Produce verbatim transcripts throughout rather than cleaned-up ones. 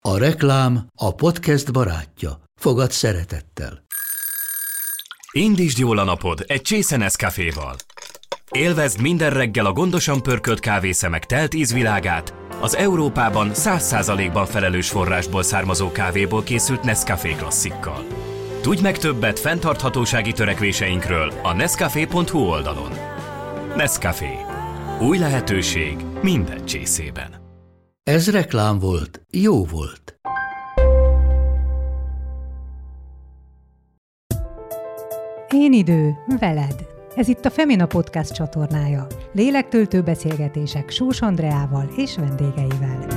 A reklám a podcast barátja. Fogad szeretettel. Indítsd jól a napod egy csésze Nescaféval. Élvezd minden reggel a gondosan pörkölt kávészemek telt ízvilágát, az Európában száz százalékban felelős forrásból származó kávéból készült Nescafé klasszikkal. Tudj meg többet fenntarthatósági törekvéseinkről a nescafé pont hu oldalon. Nescafé. Új lehetőség minden csészében. Ez reklám volt, jó volt. Én idő, veled. Ez itt a Femina Podcast csatornája. Lélektöltő beszélgetések Sós Andreával és vendégeivel.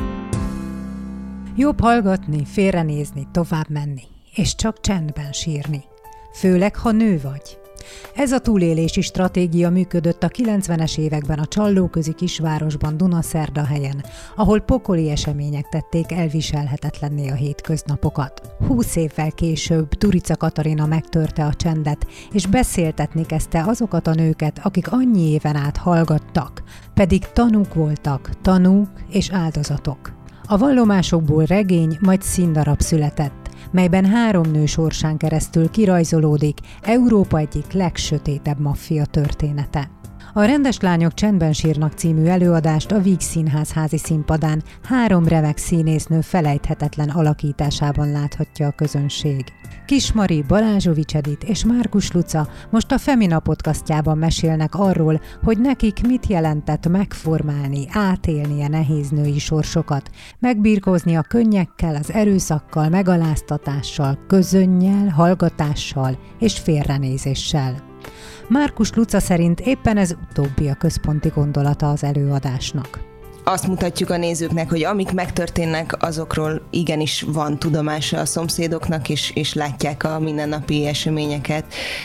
Jobb hallgatni, félrenézni, tovább menni, és csak csendben sírni. Főleg, ha nő vagy. Ez a túlélési stratégia működött a kilencvenes években a Csallóközi kisvárosban Dunaszerdahelyen, ahol pokoli események tették elviselhetetlenné a hétköznapokat. Húsz évvel később Turica Katarina megtörte a csendet, és beszéltetni kezdte azokat a nőket, akik annyi éven át hallgattak, pedig tanúk voltak, tanúk és áldozatok. A vallomásokból regény, majd színdarab született, melyben három nő sorsán keresztül kirajzolódik Európa egyik legsötétebb maffia története. A Rendes lányok csendben sírnak című előadást a Víg Színház házi színpadán három remek színésznő felejthetetlen alakításában láthatja a közönség. Kis Mari, Balázsovics Edit és Márkus Luca most a Femina podcastjában mesélnek arról, hogy nekik mit jelentett megformálni, átélni a nehéz női sorsokat, megbirkózni a könnyekkel, az erőszakkal, megaláztatással, közönnyel, hallgatással és félrenézéssel. Márkus Luca szerint éppen ez utóbbi a központi gondolata az előadásnak. Azt mutatjuk a nézőknek, hogy amik megtörténnek, azokról igenis van tudomása a szomszédoknak, és, és látják a mindennapi eseményeket,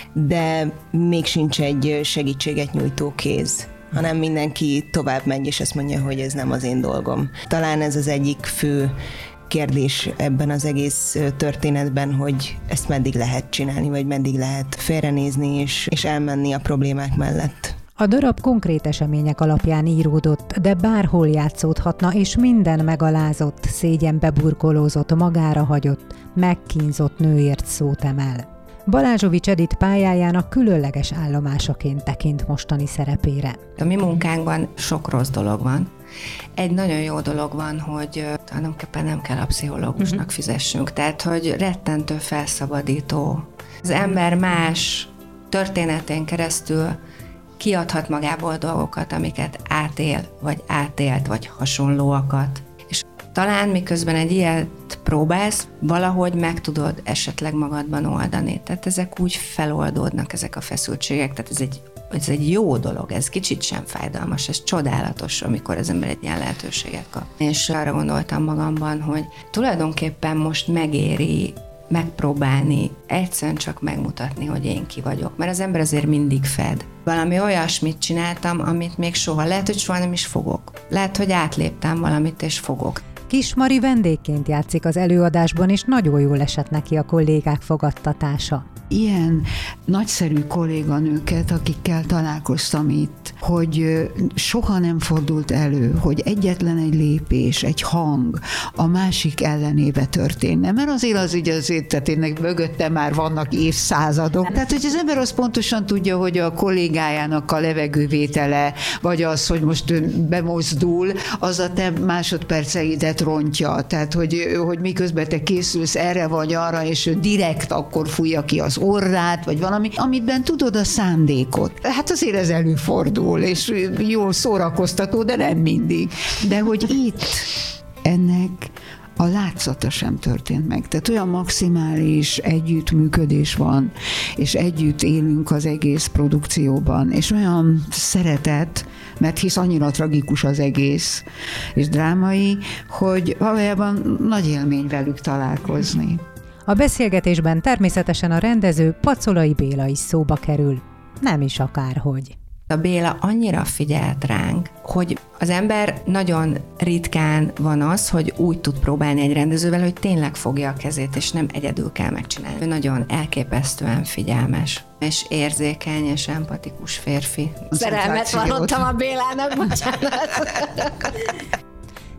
de még sincs egy segítséget nyújtó kéz, hanem mindenki tovább megy, és azt mondja, hogy ez nem az én dolgom. Talán ez az egyik fő kérdés ebben az egész történetben, hogy ezt meddig lehet csinálni, vagy meddig lehet félrenézni, és, és elmenni a problémák mellett. A darab konkrét események alapján íródott, de bárhol játszódhatna, és minden megalázott, szégyenbe burkolózott, magára hagyott, megkínzott nőért szót emel. Balázsovics Edit pályájának különleges állomásaként tekint mostani szerepére. A mi munkánkban sok rossz dolog van. Egy nagyon jó dolog van, hogy tulajdonképpen nem kell a pszichológusnak uh-huh. fizessünk. Tehát, hogy rettentő felszabadító. Az ember más történetén keresztül kiadhat magából dolgokat, amiket átél, vagy átélt, vagy hasonlóakat. És talán miközben egy ilyet próbálsz, valahogy meg tudod esetleg magadban oldani. Tehát ezek úgy feloldódnak, ezek a feszültségek. Tehát ez egy, ez egy jó dolog, ez kicsit sem fájdalmas, ez csodálatos, amikor az ember egy ilyen lehetőséget kap. És arra gondoltam magamban, hogy tulajdonképpen most megéri megpróbálni, egyszerűen csak megmutatni, hogy én ki vagyok. Mert az ember azért mindig fed. Valami olyasmit csináltam, amit még soha, lehet, hogy soha nem is fogok. Lehet, hogy átléptem valamit, és fogok. Kis Mari vendégként játszik az előadásban, és nagyon jól esett neki a kollégák fogadtatása. Ilyen nagyszerű kolléganőket, akikkel találkoztam itt, hogy soha nem fordult elő, hogy egyetlen egy lépés, egy hang a másik ellenébe történne. Mert azért az ugye azért, tehát ennek mögötte már vannak évszázadok. Tehát, hogy az ember azt pontosan tudja, hogy a kollégájának a levegővétele, vagy az, hogy most bemozdul, az a te másodperceidet rontja. Tehát, hogy, hogy miközben te készülsz erre vagy arra, és ő direkt akkor fújja ki az orrát, vagy valami, amitben tudod a szándékot. Hát azért ez előfordul, és jól szórakoztató, de nem mindig. De hogy itt ennek a látszata sem történt meg. Tehát olyan maximális együttműködés van, és együtt élünk az egész produkcióban, és olyan szeretet, mert hisz annyira tragikus az egész, és drámai, hogy valójában nagy élmény velük találkozni. A beszélgetésben természetesen a rendező Pacolai Béla is szóba kerül. Nem is akárhogy. A Béla annyira figyelt ránk, hogy az ember nagyon ritkán van az, hogy úgy tud próbálni egy rendezővel, hogy tényleg fogja a kezét, és nem egyedül kell megcsinálni. Ő nagyon elképesztően figyelmes, és érzékeny, és empatikus férfi. Szerelmet vallottam a Bélának, bocsánat.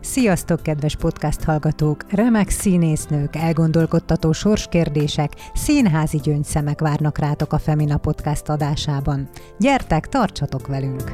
Sziasztok, kedves podcast hallgatók! Remek színésznők, elgondolkodtató sorskérdések, színházi gyöngyszemek várnak rátok a Femina Podcast adásában. Gyertek, tartsatok velünk!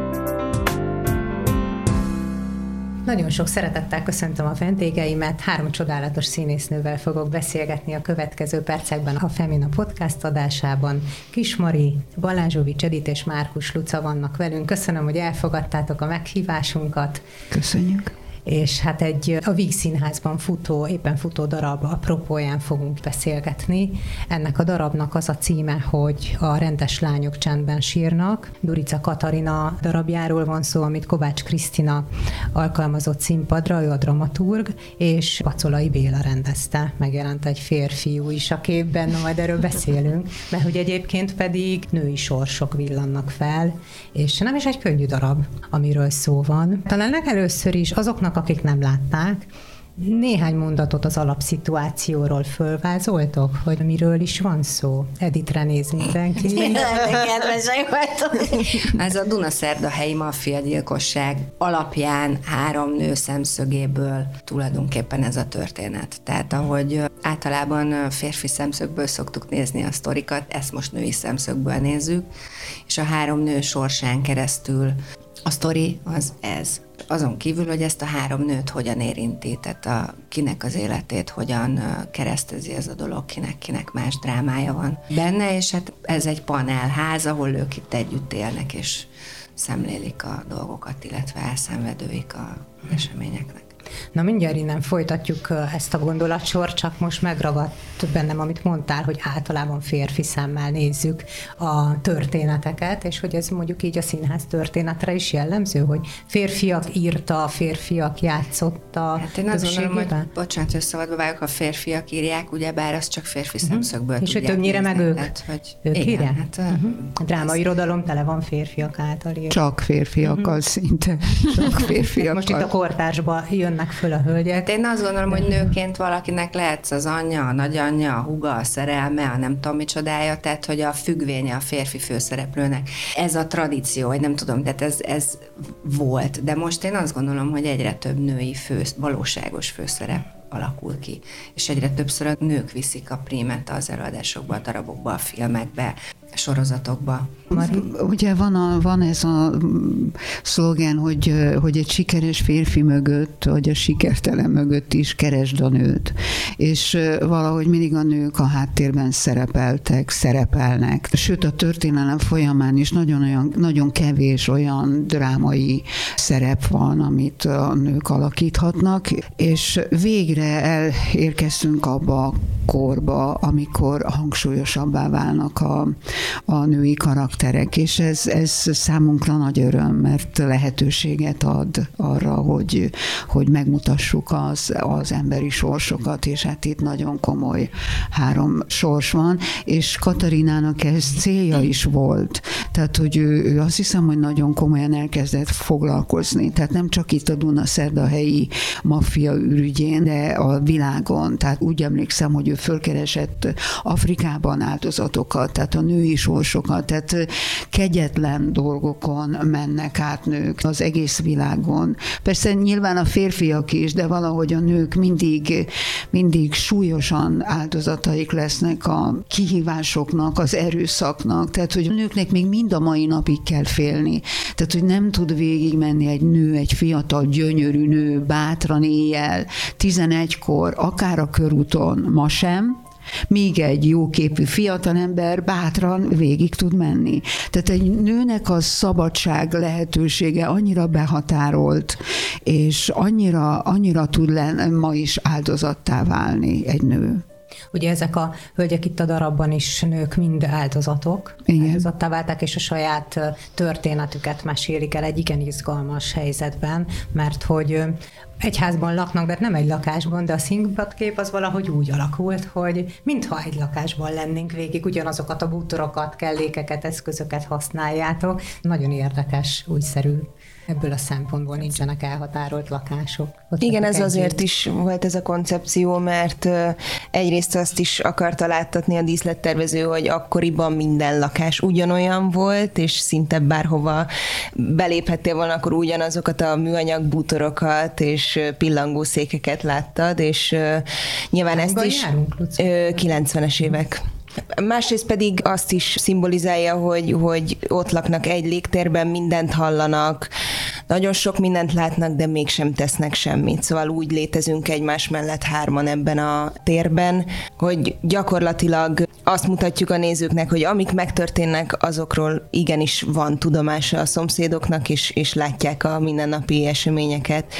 Nagyon sok szeretettel köszöntöm a vendégeimet, három csodálatos színésznővel fogok beszélgetni a következő percekben a Femina Podcast adásában. Kis Mari, Balázsovics Edit és Márkus Luca vannak velünk. Köszönöm, hogy elfogadtátok a meghívásunkat. Köszönjük. És hát egy a Víg Színházban futó, éppen futó darab apropóján fogunk beszélgetni. Ennek a darabnak az a címe, hogy A rendes lányok csendben sírnak. Durica Katarina darabjáról van szó, amit Kovács Krisztina alkalmazott színpadra, ő a dramaturg, és Pacolai Béla rendezte. Megjelent egy férfiú is a képben, na majd erről beszélünk, mert hogy egyébként pedig női sorsok villannak fel, és nem is egy könnyű darab, amiről szó van. Talán legelőször is azoknak, akik nem látták, néhány mondatot az alapszituációról fölvázoltok, hogy miről is van szó. Editre néz mindenki. Kedvesek vagytok. Ez a Dunaszerdahelyi maffiagyilkosság alapján három nő szemszögéből tulajdonképpen ez a történet. Tehát ahogy általában férfi szemszögből szoktuk nézni a sztorikat, ezt most női szemszögből nézzük, és a három nő sorsán keresztül a sztori az ez. Azon kívül, hogy ezt a három nőt hogyan érinti, tehát a, kinek az életét hogyan keresztezi ez a dolog, kinek-kinek más drámája van benne, és hát ez egy panelház, ahol ők itt együtt élnek, és szemlélik a dolgokat, illetve elszenvedőik az eseményeknek. Na mindjárt innen folytatjuk ezt a gondolatsort, csak most megragadt bennem, amit mondtál, hogy általában férfi szemmel nézzük a történeteket, és hogy ez mondjuk így a színház történetre is jellemző, hogy férfiak írta, férfiak játszotta. Hát én azt gondolom, hogy bocsánat, összevadba vágok, a férfiak írják, ugyebár az csak férfi uh-huh. szemszögből és hogy többnyire nézni, meg ők, hát, hogy ők igen, írják? Hát, uh-huh. A drámairodalom tele van férfiak által írt. Csak férfiakkal uh-huh. szinte. Csak férfiakkal. Most itt a kortársba jönnek föl a hölgyek. Én azt gondolom, hogy nőként valakinek lehetsz az anyja, a nagyanyja, a húga, a szerelme, a nem tudom micsodája, tehát hogy a függvénye a férfi főszereplőnek. Ez a tradíció, vagy nem tudom, tehát ez, ez volt. De most én azt gondolom, hogy egyre több női fő, valóságos főszerep alakul ki. És egyre többször a nők viszik a prímet az előadásokba, a darabokba, a filmekbe, a sorozatokba. Mari? Ugye van, a, van ez a szlogen, hogy, hogy egy sikeres férfi mögött, vagy a sikertelen mögött is keresd a nőt. És valahogy mindig a nők a háttérben szerepeltek, szerepelnek. Sőt, a történelem folyamán is nagyon, olyan, nagyon kevés olyan drámai szerep van, amit a nők alakíthatnak, és végre elérkeztünk abba a korba, amikor hangsúlyosabbá válnak a, a női karakterek, és ez, ez számunkra nagy öröm, mert lehetőséget ad arra, hogy, hogy megmutassuk az, az emberi sorsokat, és hát itt nagyon komoly három sors van, és Katarinának ez célja is volt. Tehát, hogy ő, ő azt hiszem, hogy nagyon komolyan elkezdett foglalkozni. Tehát nem csak itt a Dunaszerdahelyi maffia ürügyén, de a világon. Tehát úgy emlékszem, hogy ő fölkeresett Afrikában áldozatokat, tehát a női sorsokat, tehát kegyetlen dolgokon mennek át nők az egész világon. Persze nyilván a férfiak is, de valahogy a nők mindig, mindig súlyosan áldozataik lesznek a kihívásoknak, az erőszaknak, tehát hogy a nőknek még mind a mai napig kell félni. Tehát, hogy nem tud végigmenni egy nő, egy fiatal, gyönyörű nő, bátran éjjel, tizenegykor, akár a körúton, ma sem, míg egy jóképű fiatalember bátran végig tud menni. Tehát egy nőnek a szabadság lehetősége annyira behatárolt, és annyira, annyira tud lenni, ma is áldozattá válni egy nő. Ugye ezek a hölgyek itt a darabban is nők mind áldozatok. Igen. Áldozattá váltak, és a saját történetüket mesélik el egy igen izgalmas helyzetben, mert hogy egy házban laknak, de nem egy lakásban, de a színpadkép az valahogy úgy alakult, hogy mintha egy lakásban lennénk végig, ugyanazokat a bútorokat, kellékeket, eszközöket használjátok. Nagyon érdekes, újszerű Ebből a szempontból nincsenek elhatárolt lakások. Ott Igen, ez együtt. azért is volt ez a koncepció, mert egyrészt azt is akarta láttatni a díszlettervező, hogy akkoriban minden lakás ugyanolyan volt, és szinte bárhova beléphettél volna, akkor ugyanazokat a műanyag bútorokat és pillangó székeket láttad, és nyilván ezt is járunk, kilencvenes évek. Másrészt pedig azt is szimbolizálja, hogy, hogy ott laknak egy légtérben, mindent hallanak, nagyon sok mindent látnak, de mégsem tesznek semmit. Szóval úgy létezünk egymás mellett hárman ebben a térben, hogy gyakorlatilag azt mutatjuk a nézőknek, hogy amik megtörténnek, azokról igenis van tudomása a szomszédoknak, és, és látják a mindennapi eseményeket,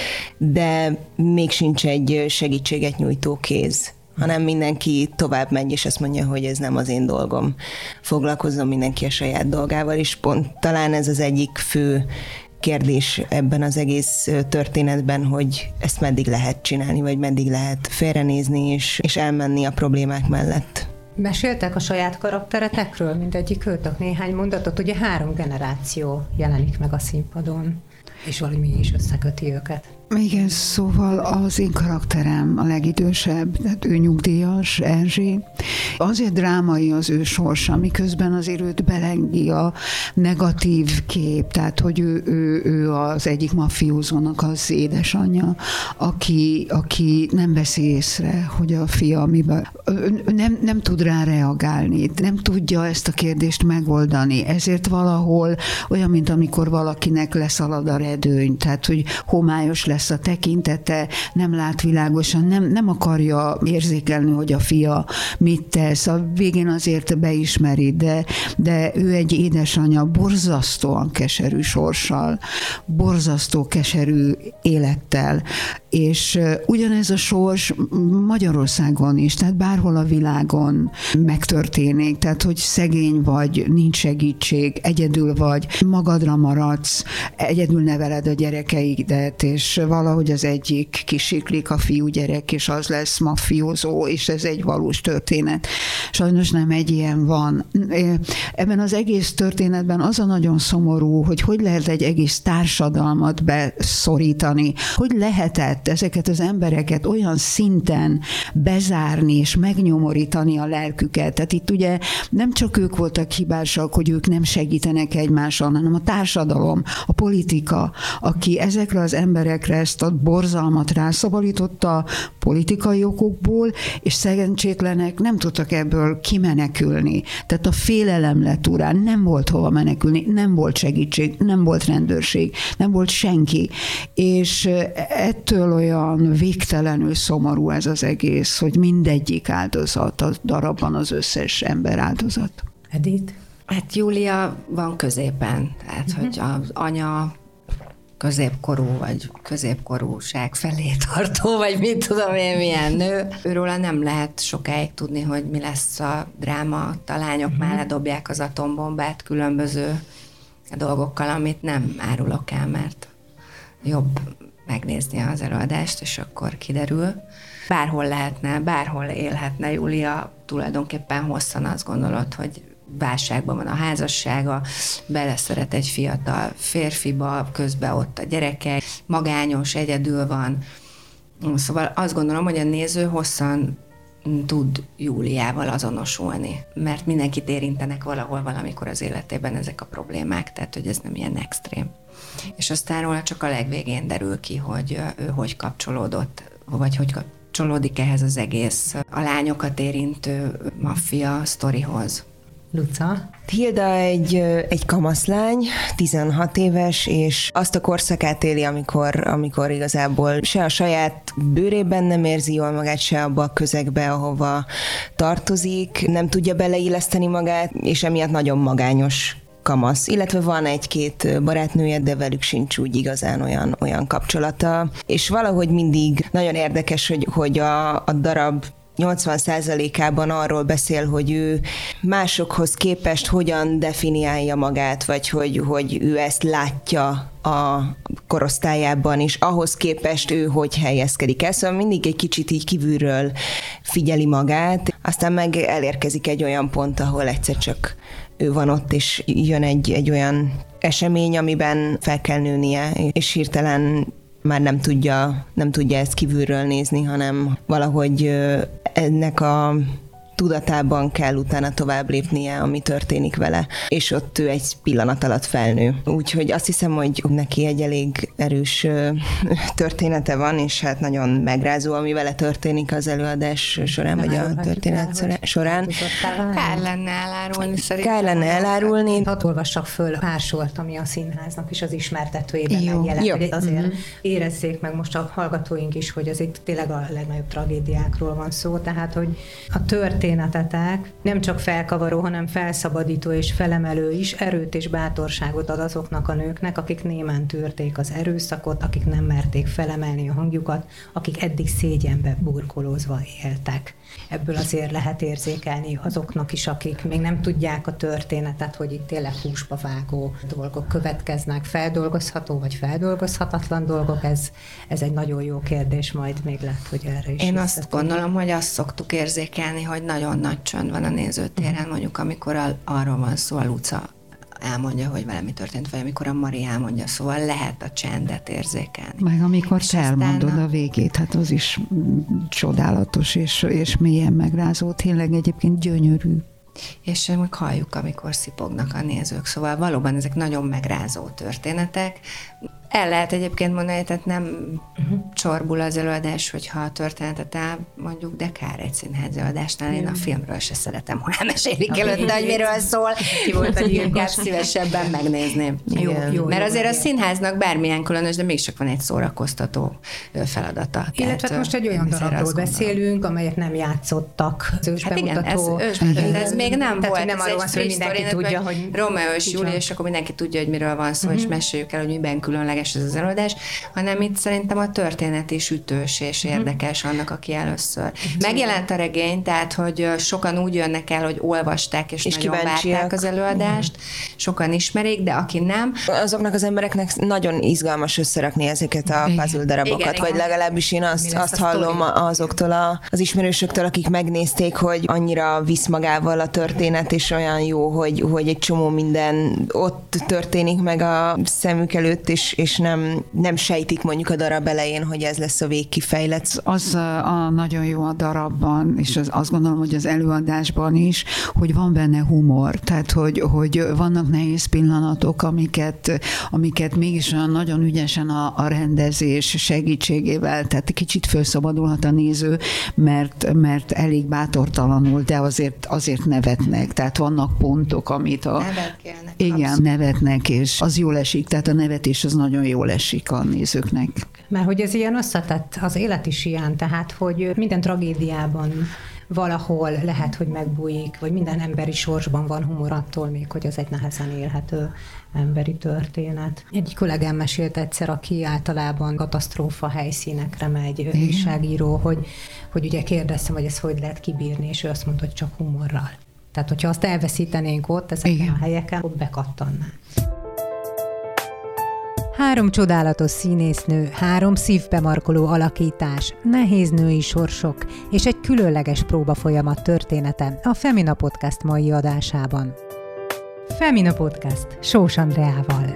de még sincs egy segítséget nyújtó kéz, hanem mindenki tovább megy, és azt mondja, hogy ez nem az én dolgom. Foglalkozzon mindenki a saját dolgával, és pont talán ez az egyik fő kérdés ebben az egész történetben, hogy ezt meddig lehet csinálni, vagy meddig lehet félrenézni, és, és elmenni a problémák mellett. Meséltek a saját karakteretekről, mindegyik őtök néhány mondatot, ugye három generáció jelenik meg a színpadon, és valami is összeköti őket. Igen, szóval az én karakterem a legidősebb, tehát ő nyugdíjas, Erzsi. Azért drámai az ő sorsa, miközben azért őt belengi a negatív kép, tehát hogy ő, ő, ő az egyik mafiózónak az édesanyja, aki, aki nem veszi észre, hogy a fia miben, nem, nem tud rá reagálni, nem tudja ezt a kérdést megoldani, ezért valahol olyan, mint amikor valakinek leszalad a redőny, tehát hogy homályos lesz a tekintete, nem lát világosan, nem, nem akarja érzékelni, hogy a fia mit tesz. A végén azért beismeri, de, de ő egy édesanyja borzasztóan keserű sorssal, borzasztó keserű élettel, és ugyanez a sors Magyarországon is, tehát bárhol a világon megtörténik, tehát hogy szegény vagy, nincs segítség, egyedül vagy, magadra maradsz, egyedül neveled a gyerekeidet, és valahogy az egyik kisiklik a fiúgyerek, és az lesz mafiózó, és ez egy valós történet. Sajnos nem egy ilyen van. Ebben az egész történetben az a nagyon szomorú, hogy hogy lehet egy egész társadalmat beszorítani, hogy lehetett ezeket az embereket olyan szinten bezárni és megnyomorítani a lelküket. Tehát itt ugye nem csak ők voltak hibásak, hogy ők nem segítenek egymáson, hanem a társadalom, a politika, aki ezekre az emberekre ezt a borzalmat rászabadította politikai okokból, és szerencsétlenek nem tudtak ebből kimenekülni. Tehát a félelem lett urán, nem volt hova menekülni, nem volt segítség, nem volt rendőrség, nem volt senki. És ettől olyan végtelenül szomorú ez az egész, hogy mindegyik áldozat, a darabban az összes ember áldozat. Edith? Hát Júlia van középen, tehát uh-huh. hogy az anya középkorú, vagy középkorúság felé tartó, vagy mit tudom én, milyen nő. Őróla nem lehet sokáig tudni, hogy mi lesz a dráma. A lányok uh-huh. már ledobják az atombombát különböző dolgokkal, amit nem árulok el, mert jobb megnézni az előadást, és akkor kiderül. Bárhol lehetne, bárhol élhetne Júlia, tulajdonképpen hosszan azt gondolod, hogy válságban van a házassága, beleszeret egy fiatal férfiba, közben ott a gyereke, magányos, egyedül van. Szóval azt gondolom, hogy a néző hosszan tud Júliával azonosulni, mert mindenkit érintenek valahol valamikor az életében ezek a problémák, tehát hogy ez nem ilyen extrém. És aztán róla csak a legvégén derül ki, hogy ő hogy kapcsolódott, vagy hogy kapcsolódik ehhez az egész a lányokat érintő maffia sztorihoz. Luca? Hilda egy, egy kamaszlány, tizenhat éves, és azt a korszakát éli, amikor, amikor igazából se a saját bőrében nem érzi jól magát, se abba a közegbe, ahova tartozik, nem tudja beleilleszteni magát, és emiatt nagyon magányos kamasz, illetve van egy-két barátnője, de velük sincs úgy igazán olyan, olyan kapcsolata, és valahogy mindig nagyon érdekes, hogy, hogy a, a darab nyolcvan százalékában arról beszél, hogy ő másokhoz képest hogyan definiálja magát, vagy hogy, hogy ő ezt látja a korosztályában is, ahhoz képest ő hogy helyezkedik el. Szóval mindig egy kicsit így kívülről figyeli magát, aztán meg elérkezik egy olyan pont, ahol egyszer csak ő van ott, és jön egy, egy olyan esemény, amiben fel kell nőnie, és hirtelen már nem tudja, nem tudja ezt kívülről nézni, hanem valahogy ennek a tudatában kell utána tovább lépnie, ami történik vele, és ott ő egy pillanat alatt felnő. Úgyhogy azt hiszem, hogy neki egy elég erős története van, és hát nagyon megrázó, ami vele történik az előadás során, nem vagy a történet el, során. Kár lenne elárulni szerintem. Kár lenne elárulni. Hadd olvassak föl pár sort, ami a színháznak is az ismertetőjében Jó. megjelent. Jó. Hogy azért uh-huh. érezzék meg most a hallgatóink is, hogy az itt tényleg a legnagyobb tragédiákról van szó, tehát hogy a történetetek nem csak felkavaró, hanem felszabadító és felemelő is, erőt és bátorságot ad azoknak a nőknek, akik némán tűrték az erőszakot, akik nem merték felemelni a hangjukat, akik eddig szégyenbe burkolózva éltek. Ebből azért lehet érzékelni azoknak is, akik még nem tudják a történetet, hogy itt tényleg húsba vágó dolgok következnek, feldolgozható vagy feldolgozhatatlan dolgok, ez, ez egy nagyon jó kérdés, majd még lehet, hogy erre is. Én azt gondolom, hogy azt szoktuk érzékelni, hogy nagyon nagy csönd van a nézőtéren, mondjuk amikor a, arról van szó, a Luca elmondja, hogy vele mi történt, vagy amikor a Mari elmondja, szóval lehet a csendet érzékelni. Meg amikor és te elmondod a... a végét, hát az is csodálatos, és, és mélyen megrázó, tényleg egyébként gyönyörű. És meg halljuk, amikor szipognak a nézők, szóval valóban ezek nagyon megrázó történetek. El lehet egyébként mondani, tehát nem uh-huh. csorbul az előadás, hogyha a történetet elmondjuk, de kár egy színházi előadásnál. Én a filmről se szeretem, hogy elmesélik előtte, hogy miről szól. Ki volt a inkább szívesebben megnézném. Jó, jó, Mert jó, azért jó. a színháznak bármilyen különös, de mégsem van egy szórakoztató feladata. Illetve tehát, most egy olyan darabról beszélünk, amelyet nem játszottak az ősbemutató. Hát igen, ez, ősbemutató, ez még nem tehát, volt. nem arról van szó, hogy mindenki tudja, hogy... Rómeó és Júlia, és akkor mindenki tudja, hogy miről van szó, és meséljük el, hogy miben különleges ez az előadás, hanem itt szerintem a történet is ütős és érdekes annak, aki először. Megjelent a regény, tehát, hogy sokan úgy jönnek el, hogy olvasták, és, és nagyon várták az előadást, sokan ismerik, de aki nem. Azoknak az embereknek nagyon izgalmas összerakni ezeket a puzzle darabokat, igen, vagy igen. legalábbis én azt, azt hallom azoktól a, az ismerősöktől, akik megnézték, hogy annyira visz magával a történet, és olyan jó, hogy, hogy egy csomó minden ott történik meg a szemük előtt, és, és nem, nem sejtik mondjuk a darab elején, hogy ez lesz a végkifejlet. Az a nagyon jó a darabban, és az, azt gondolom, hogy az előadásban is, hogy van benne humor, tehát hogy, hogy vannak nehéz pillanatok, amiket, amiket mégis olyan nagyon ügyesen a, a rendezés segítségével, tehát kicsit felszabadulhat a néző, mert, mert elég bátortalanul, de azért, azért nevetnek, tehát vannak pontok, amit a... Nevetkelnek. Igen, abszolút. nevetnek, és az jól esik, tehát a nevetés az nagyon jól esik a nézőknek. Mert hogy ez ilyen összetett, az élet is ilyen, tehát hogy minden tragédiában valahol lehet, hogy megbújik, vagy minden emberi sorsban van humor attól még, hogy az egy nehezen élhető emberi történet. Egyik kollégám mesélt egyszer, aki általában katasztrófa helyszínekre megy, újságíró, hogy, hogy ugye kérdeztem, hogy ezt hogy lehet kibírni, és ő azt mondta, hogy csak humorral. Tehát, hogyha azt elveszítenénk ott, ezeken Igen. a helyeken, ott bekattanná. Három csodálatos színésznő, három szívbemarkoló alakítás, nehéz női sorsok és egy különleges próbafolyamat története a Femina Podcast mai adásában. Femina Podcast Sós Andreával.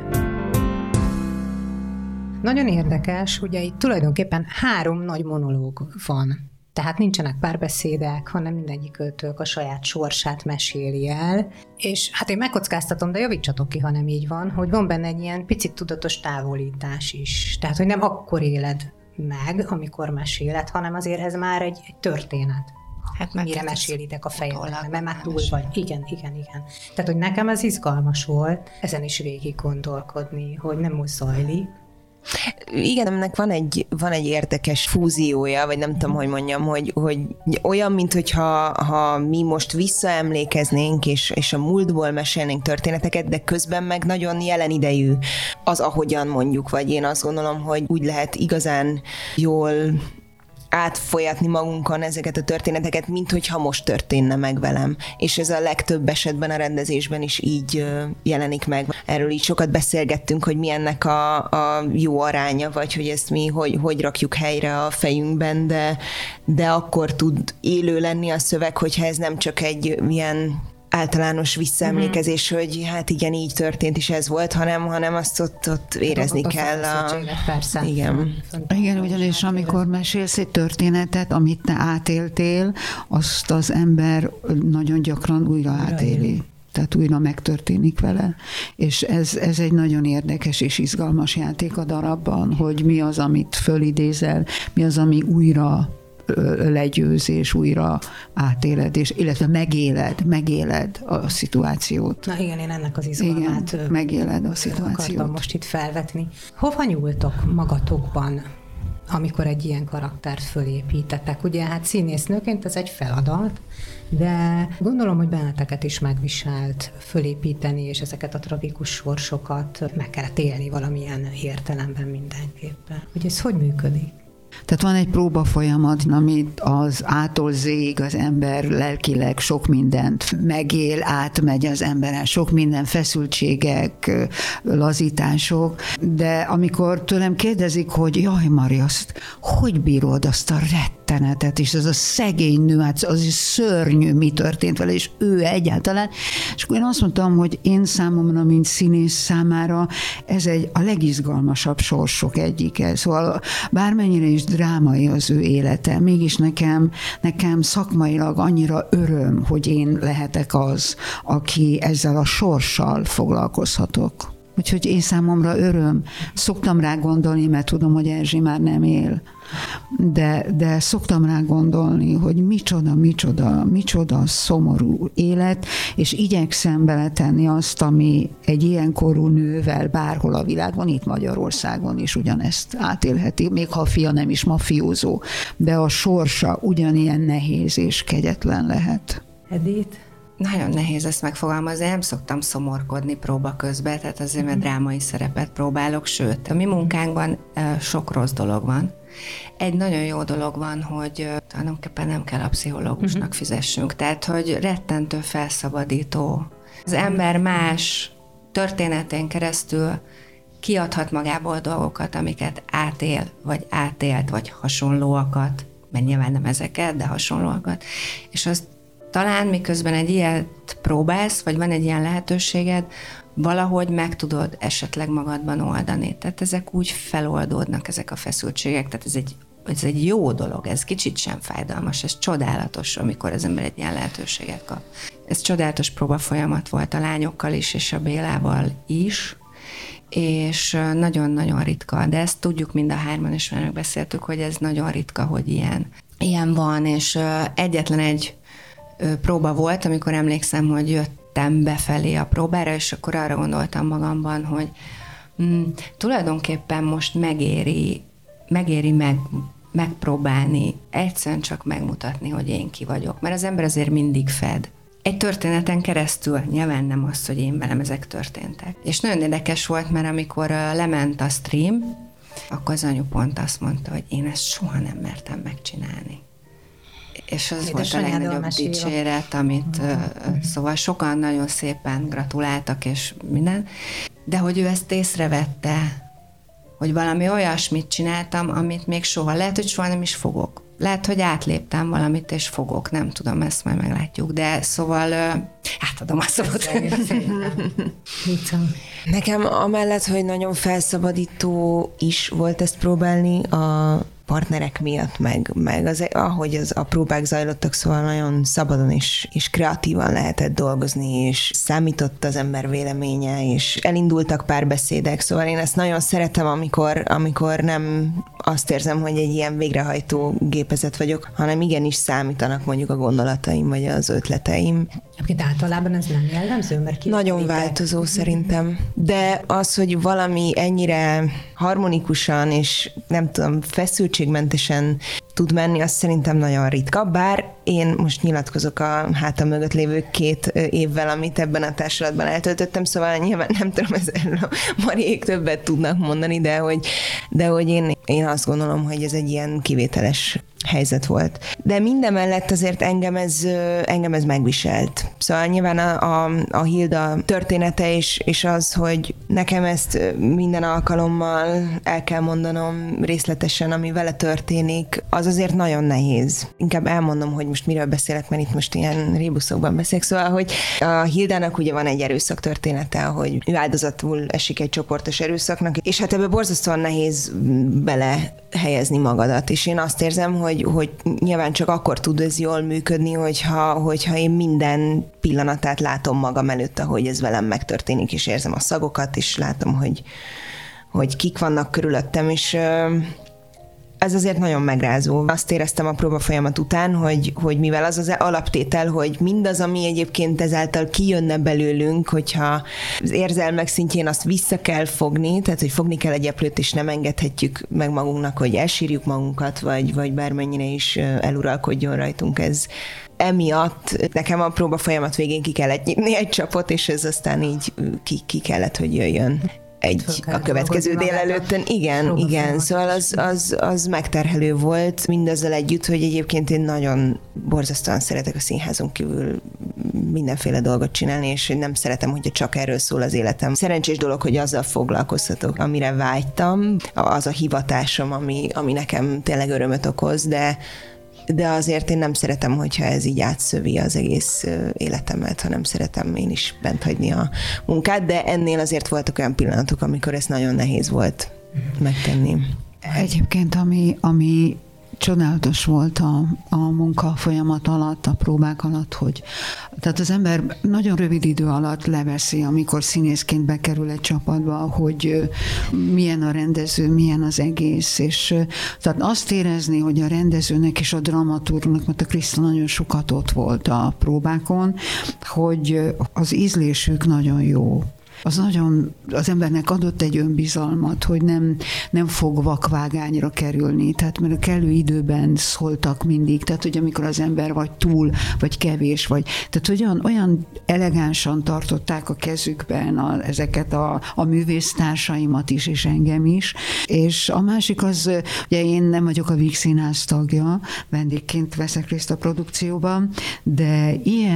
Nagyon érdekes, ugye itt tulajdonképpen három nagy monológ van. Tehát nincsenek párbeszédek, hanem mindegyik őtök a saját sorsát meséli el. És hát én megkockáztatom, de javítsatok ki, ha nem így van, hogy van benne egy ilyen picit tudatos távolítás is. Tehát, hogy nem akkor éled meg, amikor meséled, hanem azért ez már egy, egy történet. Hát mire mesélitek a fejedben, mert már túl vagy. Igen, igen, igen. Tehát, hogy nekem ez izgalmas volt, ezen is végig gondolkodni, hogy nem úgy zajlik. Igen, ennek van egy, van egy érdekes fúziója, vagy nem tudom, hogy mondjam, hogy, hogy olyan, mint hogyha ha mi most visszaemlékeznénk, és, és a múltból mesélnénk történeteket, de közben meg nagyon jelen idejű az, ahogyan mondjuk, vagy én azt gondolom, hogy úgy lehet igazán jól átfolyatni magunkon ezeket a történeteket, mint hogyha most történne meg velem. És ez a legtöbb esetben a rendezésben is így jelenik meg. Erről így sokat beszélgettünk, hogy mi ennek a, a jó aránya, vagy hogy ezt mi hogy, hogy rakjuk helyre a fejünkben, de, de akkor tud élő lenni a szöveg, hogyha ez nem csak egy ilyen általános visszaemlékezés, mm-hmm. hogy hát igen, így történt, és ez volt, hanem, hanem azt ott, ott érezni ott kell. A... Persze. Igen. Igen, ugyanis amikor mesélsz egy történetet, amit te átéltél, azt az ember nagyon gyakran újra átéli. Tehát újra megtörténik vele. És ez, ez egy nagyon érdekes és izgalmas játék a darabban, hogy mi az, amit fölidézel, mi az, ami újra legyőz, és újra átéled, és, illetve megéled, megéled a szituációt. Na igen, én ennek az izgalmát igen, megéled a szituációt. Akartam most itt felvetni. Hova nyúltok magatokban, amikor egy ilyen karaktert fölépítetek? Ugye hát színésznőként ez egy feladat, de gondolom, hogy benneteket is megviselt fölépíteni, és ezeket a tragikus sorsokat meg kellett élni valamilyen értelemben mindenképpen. Hogy ez hogy működik? Tehát van egy próba folyamat, amit az A-tól Z-ig az ember lelkileg sok mindent megél, átmegy az emberen, sok minden feszültségek, lazítások, de amikor tőlem kérdezik, hogy jaj, Mari, azt hogy bírod azt a rettenetet, és az a szegény nő, hát az is szörnyű, mi történt vele, és ő egyáltalán, és akkor én azt mondtam, hogy én számomra, mint színész számára, ez egy a legizgalmasabb sorsok egyike. Szóval bármennyire is drámai az ő élete, mégis nekem, nekem szakmailag annyira öröm, hogy én lehetek az, aki ezzel a sorssal foglalkozhatok. Úgyhogy én számomra öröm. Szoktam rá gondolni, mert tudom, hogy Erzsi már nem él. De, de szoktam rá gondolni, hogy micsoda, micsoda, micsoda szomorú élet, és igyekszem beletenni azt, ami egy ilyen korú nővel bárhol a világon, itt Magyarországon is ugyanezt átélheti, még ha a fia nem is mafiózó, de a sorsa ugyanilyen nehéz és kegyetlen lehet. Edith? Nagyon nehéz ezt megfogalmazni, nem szoktam szomorkodni próba közben, tehát azért, mert drámai szerepet próbálok, sőt, a mi munkánkban sok rossz dolog van. Egy nagyon jó dolog van, hogy tulajdonképpen nem kell a pszichológusnak fizessünk, tehát, hogy rettentő felszabadító. Az ember más történetén keresztül kiadhat magából dolgokat, amiket átél, vagy átélt, vagy hasonlóakat, mert nyilván nem ezeket, de hasonlóakat, és azt talán miközben egy ilyet próbálsz, vagy van egy ilyen lehetőséged, valahogy meg tudod esetleg magadban oldani. Tehát ezek úgy feloldódnak, ezek a feszültségek, tehát ez egy, ez egy jó dolog, ez kicsit sem fájdalmas, ez csodálatos, amikor az ember egy ilyen lehetőséget kap. Ez csodálatos próbafolyamat volt a lányokkal is, és a Bélával is, és nagyon-nagyon ritka, de ezt tudjuk mind a hárman, és már megbeszéltük, hogy ez nagyon ritka, hogy ilyen, ilyen van, és egyetlen egy próba volt, amikor emlékszem, hogy jöttem befelé a próbára, és akkor arra gondoltam magamban, hogy mm, tulajdonképpen most megéri, megéri meg, megpróbálni, egyszerűen csak megmutatni, hogy én ki vagyok. Mert az ember azért mindig fed. Egy történeten keresztül, nyilván nem az, hogy én velem ezek történtek. És nagyon érdekes volt, mert amikor lement a stream, akkor az anyu pont azt mondta, hogy én ezt soha nem mertem megcsinálni. És az volt a legnagyobb dicséret, amit uh, szóval sokan nagyon szépen gratuláltak, és minden, de hogy ő ezt észrevette, hogy valami olyasmit csináltam, amit még soha, lehet, hogy soha nem is fogok. Lehet, hogy átléptem valamit, és fogok, nem tudom, ezt majd meglátjuk, de szóval uh, átadom a szót. Nekem amellett, hogy nagyon felszabadító is volt ezt próbálni, a partnerek miatt, meg, meg az, ahogy az, a próbák zajlottak, szóval nagyon szabadon és, és kreatívan lehetett dolgozni, és számított az ember véleménye, és elindultak párbeszédek, szóval én ezt nagyon szeretem, amikor, amikor nem azt érzem, hogy egy ilyen végrehajtó gépezet vagyok, hanem igenis számítanak mondjuk a gondolataim, vagy az ötleteim. Egyébként általában ez nem jellemző, mert ki nagyon változó szerintem, de az, hogy valami ennyire harmonikusan, és nem tudom, feszültségmentesen tud menni, az szerintem nagyon ritka, bár én most nyilatkozok a hátam mögött lévő két évvel, amit ebben a társulatban eltöltöttem, szóval nyilván nem tudom, ezzel a Mariék többet tudnak mondani, de hogy, de hogy én, én azt gondolom, hogy ez egy ilyen kivételes helyzet volt. De mindemellett azért engem ez, engem ez megviselt. Szóval nyilván a, a, a Hilda története és, és az, hogy Nekem ezt minden alkalommal el kell mondanom részletesen, ami vele történik, az azért nagyon nehéz. Inkább elmondom, hogy most miről beszélek, mert itt most ilyen rébuszokban beszélek. Szóval, hogy a Hildának ugye van egy erőszak története, hogy ő áldozatul esik egy csoportos erőszaknak, és hát ebből borzasztóan nehéz bele helyezni magadat, és én azt érzem, hogy, hogy nyilván csak akkor tud ez jól működni, hogyha, hogyha én minden pillanatát látom magam előtt, ahogy ez velem megtörténik, és érzem a szagokat, és látom, hogy, hogy kik vannak körülöttem, és ez azért nagyon megrázó. Azt éreztem a próbafolyamat után, hogy, hogy mivel az az alaptétel, hogy mindaz, ami egyébként ezáltal kijönne belőlünk, hogyha az érzelmek szintjén azt vissza kell fogni, tehát hogy fogni kell egy eplőt, és nem engedhetjük meg magunknak, hogy elsírjuk magunkat, vagy, vagy bármennyire is eluralkodjon rajtunk ez. Emiatt nekem a próbafolyamat végén ki kellett nyitni egy csapot, és ez aztán így ki, ki kellett, hogy jöjjön. Egy, a következő délelőttön. Igen, igen. Szóval az, az, az megterhelő volt mindazzal együtt, hogy egyébként én nagyon borzasztóan szeretek a színházon kívül mindenféle dolgot csinálni, és nem szeretem, hogyha csak erről szól az életem. Szerencsés dolog, hogy azzal foglalkoztatok, amire vágytam. Az a hivatásom, ami, ami nekem tényleg örömöt okoz, de de azért én nem szeretem, hogyha ez így átszövi az egész életemet, hanem szeretem én is bent hagyni a munkát, de ennél azért voltak olyan pillanatok, amikor ez nagyon nehéz volt megtenni. Egyébként, ami, ami csodálatos volt a, a munka folyamat alatt, a próbák alatt, hogy tehát az ember nagyon rövid idő alatt leveszi, amikor színészként bekerül egy csapatba, hogy milyen a rendező, milyen az egész, és tehát azt érezni, hogy a rendezőnek és a dramaturgnak, mert a Kriszta nagyon sokat ott volt a próbákon, hogy az ízlésük nagyon jó. Az nagyon, az embernek adott egy önbizalmat, hogy nem, nem fog vakvágányra kerülni, tehát mert a kellő időben szóltak mindig, tehát hogy amikor az ember vagy túl, vagy kevés, vagy, tehát hogy olyan, olyan elegánsan tartották a kezükben a, ezeket a, a művésztársaimat is, és engem is, és a másik az, ugye én nem vagyok a Víg Színház tagja, vendégként veszek részt a produkcióban, de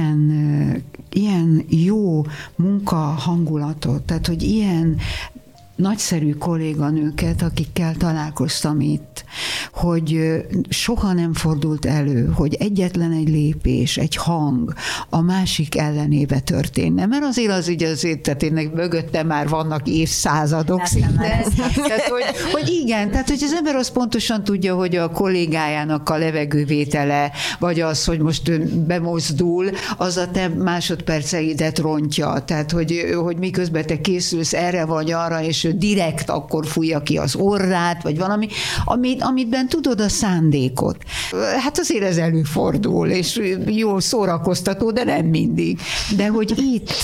ilyen, ilyen jó munka hangulat, tehát, hogy ilyen nagyszerű kolléganőket, akikkel találkoztam itt, hogy soha nem fordult elő, hogy egyetlen egy lépés, egy hang a másik ellenébe történne. Mert azért az így azért, tehát én mögöttem már vannak évszázadok szinte. Tehát, hogy, hogy igen, tehát hogy az ember az pontosan tudja, hogy a kollégájának a levegővétele, vagy az, hogy most bemozdul, az a te másodperceidet rontja. Tehát, hogy, hogy miközben te készülsz erre vagy arra, és direkt akkor fújja ki az orrát, vagy valami, amit, amitben tudod a szándékot. Hát azért ez előfordul, és jól szórakoztató, de nem mindig. De hogy itt,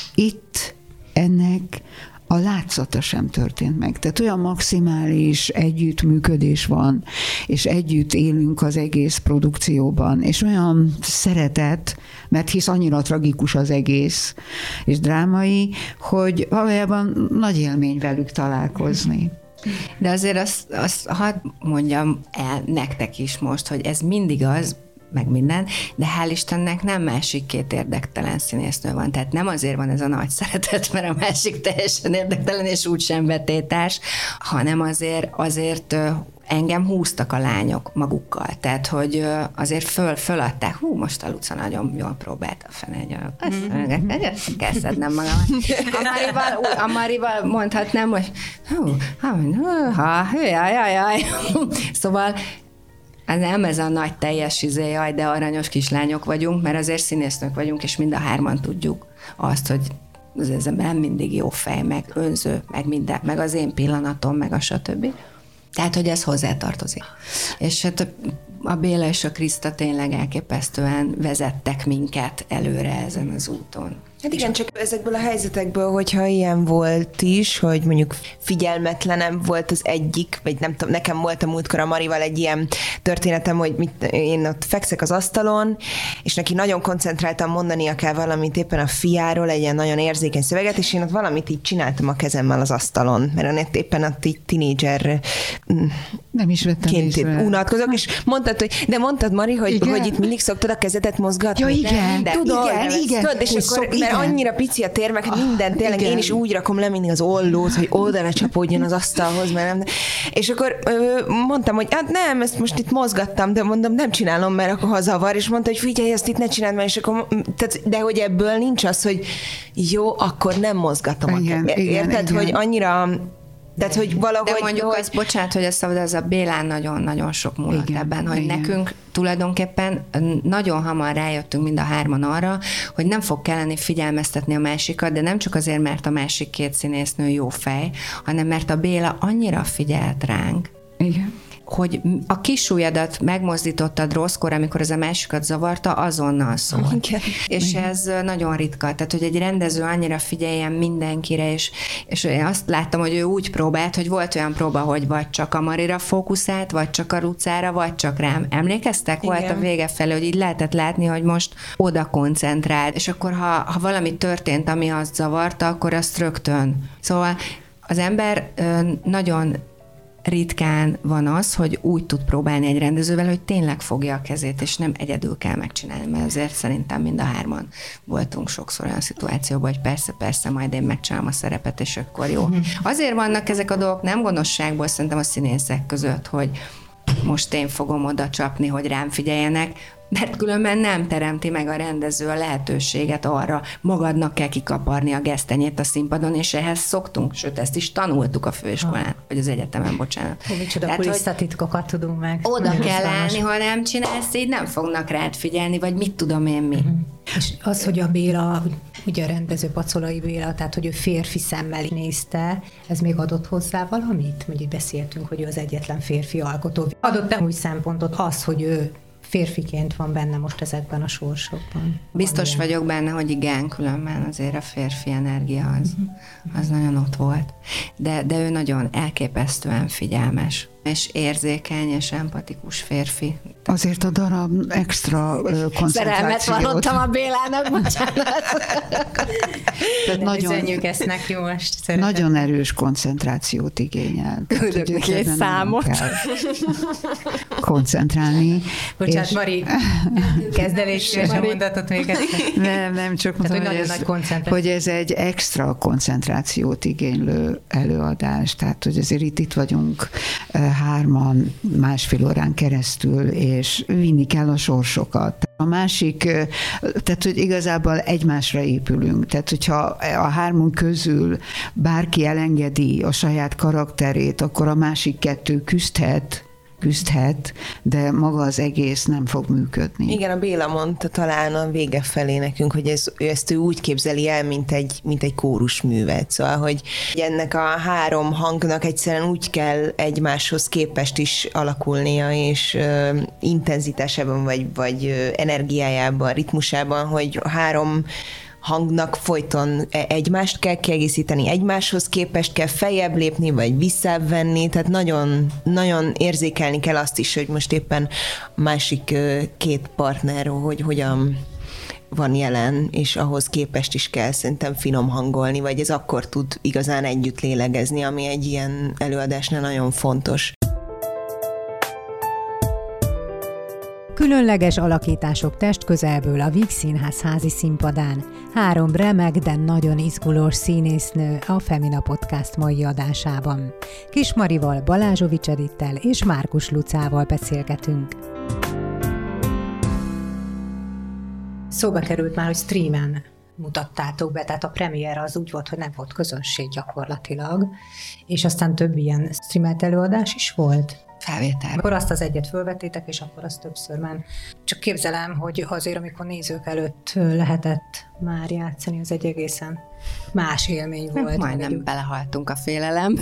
itt ennek a látszata sem történt meg. Tehát olyan maximális együttműködés van, és együtt élünk az egész produkcióban, és olyan szeretet, mert hisz annyira tragikus az egész, és drámai, hogy valójában nagy élmény velük találkozni. De azért azt, azt hadd mondjam el nektek is most, hogy ez mindig az, meg minden, de hál' Istennek nem másik két érdektelen színésznő van. Tehát nem azért van ez a nagy szeretet, mert a másik teljesen érdektelen, és úgysem betétás, hanem azért, azért engem húztak a lányok magukkal. Tehát, hogy azért föl, föladták. Hú, most a Luca nagyon jól próbált a fene, hogy kell szednem magamat. A Marival, ú, a Marival mondhatnám, hogy hú, ha, jaj, jaj, jaj. Szóval ez nem ez a nagy teljes izé, jaj, de aranyos kislányok vagyunk, mert azért színésznők vagyunk, és mind a hárman tudjuk azt, hogy ez nem mindig jó fej, meg önző, meg minden, meg az én pillanatom, meg a stb. Tehát, hogy ez hozzátartozik. És hát a Béla és a Kriszta tényleg elképesztően vezettek minket előre ezen az úton. Hát igen, csak ezekből a helyzetekből, hogyha ilyen volt is, hogy mondjuk figyelmetlenem volt az egyik, vagy nem tudom, nekem volt a múltkor a Marival egy ilyen történetem, hogy mit, én ott fekszek az asztalon, és neki nagyon koncentráltan mondania kell valamit éppen a fiáról, egy ilyen nagyon érzékeny szöveget, és én ott valamit így csináltam a kezemmel az asztalon, mert éppen ott így tínédzser nem is vettem észre. Unatkozok, és mondtad, hogy, de mondtad, Mari, hogy, hogy itt mindig szoktad a kezedet mozgatni. Ja, igen, de, tudom, igen, igen, tudod, és akkor, szok, mert igen, annyira pici a tér, meg minden, tényleg igen. Én is úgy rakom le mindig az ollót, hogy oda ne csapódjon az asztalhoz, mert nem. És akkor mondtam, hogy hát nem, ezt most itt mozgattam, de mondom, nem csinálom, mert akkor hazavar, és mondta, hogy figyelj, ezt itt ne csináld már, és akkor, tehát, de hogy ebből nincs az, hogy jó, akkor nem mozgatom. Igen, a igen, érted, igen. hogy annyira Tehát, hogy valahogy... De mondjuk hogy... az, bocsánat, hogy ezt szabad, az a Bélán nagyon-nagyon sok múlott igen, ebben, hogy igen. nekünk tulajdonképpen nagyon hamar rájöttünk mind a hárman arra, hogy nem fog kelleni figyelmeztetni a másikat, de nem csak azért, mert a másik két színésznő jó fej, hanem mert a Béla annyira figyelt ránk, igen. hogy a kisujjadat megmozdítottad rosszkor, amikor ez a másikat zavarta, azonnal szól. Igen. És Igen. ez nagyon ritka. Tehát, hogy egy rendező annyira figyeljen mindenkire, és, és én azt láttam, hogy ő úgy próbált, hogy volt olyan próba, hogy vagy csak a Marira fókuszált, vagy csak a Rucára, vagy csak rám. Emlékeztek? Igen. Volt a vége felé, hogy így lehetett látni, hogy most oda koncentrált. És akkor, ha, ha valami történt, ami azt zavarta, akkor azt rögtön. Szóval az ember nagyon ritkán van az, hogy úgy tud próbálni egy rendezővel, hogy tényleg fogja a kezét, és nem egyedül kell megcsinálni, mert azért szerintem mind a hárman voltunk sokszor olyan szituációban, hogy persze, persze, majd én megcsinálom a szerepet, és akkor jó. Azért vannak ezek a dolgok nem gonoszságból szerintem a színészek között, hogy most én fogom oda csapni, hogy rám figyeljenek, mert különben nem teremti meg a rendező a lehetőséget arra, magadnak kell kikaparni a gesztenyét a színpadon, és ehhez szoktunk, sőt, ezt is tanultuk a főiskolán, ha. vagy az egyetemen, bocsánat. Hú, micsoda kulisszatitkokat tudunk meg. Oda nem kell állni, ha nem csinálsz, így nem fognak rád figyelni, vagy mit tudom én mi. Uh-huh. És az, hogy a Béla, ugye a rendező Pacolai Béla, tehát hogy ő férfi szemmel nézte, ez még adott hozzá valamit? Mondjuk beszéltünk, hogy ő az egyetlen férfi alkotó. Adott-e új szempontot az, hogy ő férfiként van benne most ezekben a sorsokban? Biztos Van vagyok benne, hogy igen, különben azért a férfi energia az, az nagyon ott volt. De, de ő nagyon elképesztően figyelmes, és érzékeny, és empatikus férfi. Azért a darab extra koncentrációt. Szerelmet vallottam a Bélának, bocsánat. Tehát nagyon, üzenjük ezt neki most. Szeretem. Nagyon erős koncentrációt igényel. Küldök neki egy számot. Koncentrálni. Bocsánat, és... Mari, kezd el és a mondatot még egyszer. Nem, nem, csak mondom, hogy, hogy, ez, hogy ez egy extra koncentrációt igénylő előadás. Tehát, hogy azért itt, itt vagyunk hárman másfél órán keresztül, és vinni kell a sorsokat. A másik, tehát, hogy igazából egymásra épülünk. Tehát, hogyha a hármunk közül bárki elengedi a saját karakterét, akkor a másik kettő küzdhet, küzdhet, de maga az egész nem fog működni. Igen, a Béla mondta talán a vége felé nekünk, hogy ez, ezt ő úgy képzeli el, mint egy, mint egy kórusművet. Szóval, hogy ennek a három hangnak egyszerűen úgy kell egymáshoz képest is alakulnia, és uh, intenzitásában, vagy, vagy uh, energiájában, ritmusában, hogy a három hangnak folyton egymást kell kiegészíteni, egymáshoz képest kell feljebb lépni, vagy visszább venni, tehát nagyon, nagyon érzékelni kell azt is, hogy most éppen a másik két partner, hogy hogyan van jelen, és ahhoz képest is kell szerintem finom hangolni, vagy ez akkor tud igazán együtt lélegezni, ami egy ilyen előadásnál nagyon fontos. Különleges alakítások testközelből a Víg Színház házi színpadán. Három remek, de nagyon izgulós színésznő a Femina Podcast mai adásában. Kis Marival, Balázsovics Edittel és Márkus Lucával beszélgetünk. Szóba került már, hogy streamen mutattátok be, tehát a premier az úgy volt, hogy nem volt közönség gyakorlatilag, és aztán több ilyen streamelt előadás is volt. Felvétel. Akkor azt az egyet fölvettétek, és akkor azt többször ment. Csak képzelem, hogy azért, amikor nézők előtt lehetett már játszani, az egy egészen más élmény volt. Majdnem mondjuk. Belehaltunk a félelembe.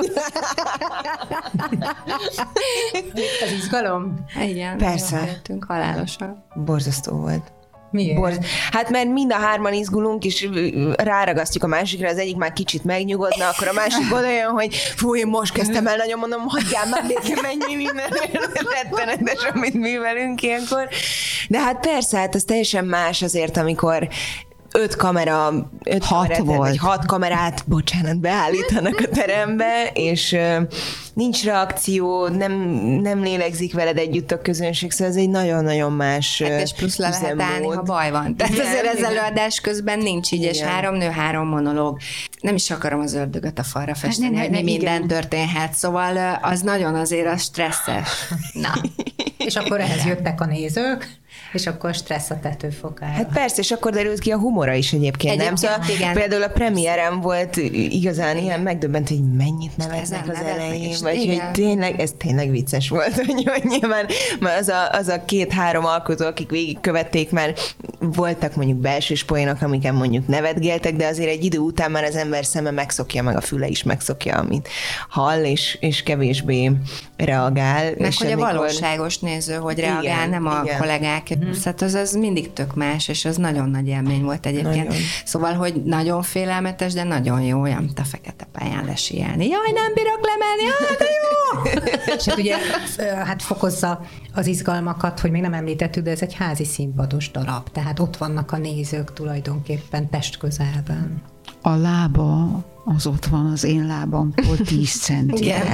Az izgalom? Igen. Persze. Lehetünk halálosan. Borzasztó volt. Miért? Borz. Hát mert mind a hárman izgulunk, és ráragasztjuk a másikra, az egyik már kicsit megnyugodna, akkor a másik oda jön, hogy fú, én most kezdtem el nagyon, mondom, hagyjál már békén, mennyi minden rettenetes, amit művelünk ilyenkor. De hát persze, hát az teljesen más azért, amikor öt kamera, öt hat kamerát, volt. vagy hat kamerát, bocsánat, beállítanak a terembe, és nincs reakció, nem, nem lélegzik veled együtt a közönség, szóval ez egy nagyon-nagyon más hát és plusz le lehet állni, ha baj van. Tehát igen, azért az előadás közben nincs így, igen. És három nő, három monológ. Nem is akarom az ördögöt a falra festeni, hát, hogy mi minden igen. történhet, szóval az nagyon azért az stresszes. Na. És akkor ehhez jöttek a nézők, és akkor stressz a tetőfokára. Hát persze, és akkor derült ki a humora is egyébként, egyébként nem? Szóval igen. Például a premierem volt igazán igen. ilyen megdöbbent, hogy mennyit neveznek az elején, vagy igen. hogy tényleg, ez tényleg vicces volt, hogy, hogy nyilván az a, az a két-három alkotó, akik végigkövették, mert voltak mondjuk belsős poénok, amiken mondjuk nevetgéltek, de azért egy idő után már az ember szeme megszokja, meg a füle is megszokja, amit hall, és, és kevésbé reagál. Meg és hogy amikor... a valóságos néző, hogy reagál, igen, nem a igen. kollégák. Mm. Szóval az, az mindig tök más, és az nagyon nagy élmény volt egyébként. Nagyon. Szóval, hogy nagyon félelmetes, de nagyon jó, olyan, mint a fekete pályán lesíelni. Jaj, nem bírok lemenni, ah, de jó! És hát ugye hát fokozza az izgalmakat, hogy még nem említettük, de ez egy házi színpados darab, tehát ott vannak a nézők tulajdonképpen testközelben. A lába az ott van, az én lábamtól tíz centire.